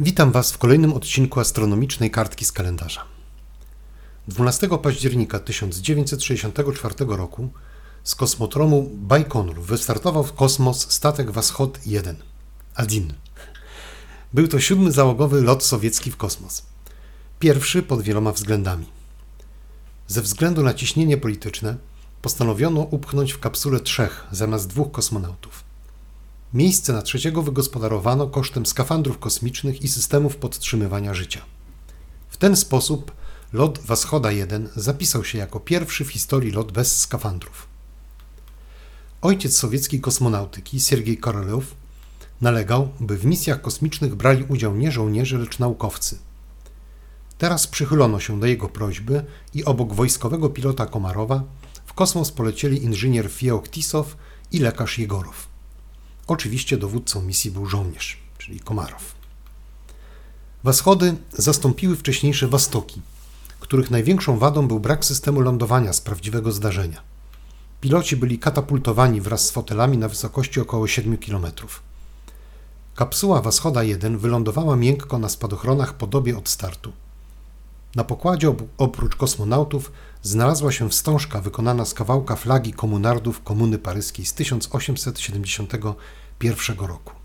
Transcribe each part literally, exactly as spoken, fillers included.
Witam Was w kolejnym odcinku astronomicznej kartki z kalendarza. dwunastego października tysiąc dziewięćset sześćdziesiątego czwartego roku z kosmodromu Bajkonur wystartował w kosmos statek Washod jeden, Один. Był to siódmy załogowy lot sowiecki w kosmos. Pierwszy pod wieloma względami. Ze względu na ciśnienie polityczne postanowiono upchnąć w kapsule trzech zamiast dwóch kosmonautów. Miejsce na trzeciego wygospodarowano kosztem skafandrów kosmicznych i systemów podtrzymywania życia. W ten sposób lot Waschoda jeden zapisał się jako pierwszy w historii lot bez skafandrów. Ojciec sowieckiej kosmonautyki, Siergiej Korolew, nalegał, by w misjach kosmicznych brali udział nie żołnierze, lecz naukowcy. Teraz przychylono się do jego prośby i obok wojskowego pilota Komarowa w kosmos polecieli inżynier Fieoktisow i lekarz Jegorow. Oczywiście dowódcą misji był żołnierz, czyli Komarow. Washody zastąpiły wcześniejsze Wostoki, których największą wadą był brak systemu lądowania z prawdziwego zdarzenia. Piloci byli katapultowani wraz z fotelami na wysokości około siedmiu kilometrów. Kapsuła Waschoda jeden wylądowała miękko na spadochronach po dobie od startu. Na pokładzie oprócz kosmonautów znalazła się wstążka wykonana z kawałka flagi komunardów Komuny Paryskiej z tysiąc osiemset siedemdziesiątego pierwszego roku.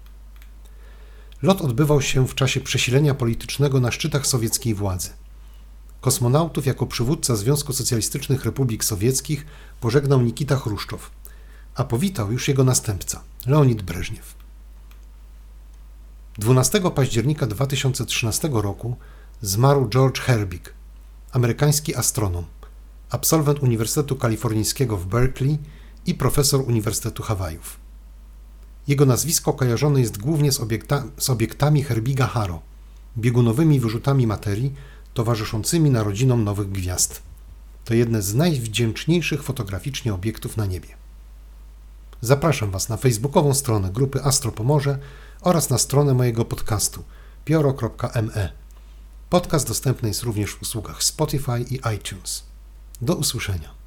Lot odbywał się w czasie przesilenia politycznego na szczytach sowieckiej władzy. Kosmonautów jako przywódca Związku Socjalistycznych Republik Sowieckich pożegnał Nikita Chruszczow, a powitał już jego następca, Leonid Breżniew. dwunastego października dwa tysiące trzynastego roku zmarł George Herbig, amerykański astronom, absolwent Uniwersytetu Kalifornijskiego w Berkeley i profesor Uniwersytetu Hawajów. Jego nazwisko kojarzone jest głównie z, obiekta, z obiektami Herbiga-Haro, biegunowymi wyrzutami materii towarzyszącymi narodzinom nowych gwiazd. To jedne z najwdzięczniejszych fotograficznie obiektów na niebie. Zapraszam Was na facebookową stronę grupy Astro Pomorze oraz na stronę mojego podcastu pioro kropka me. Podcast dostępny jest również w usługach Spotify i iTunes. Do usłyszenia.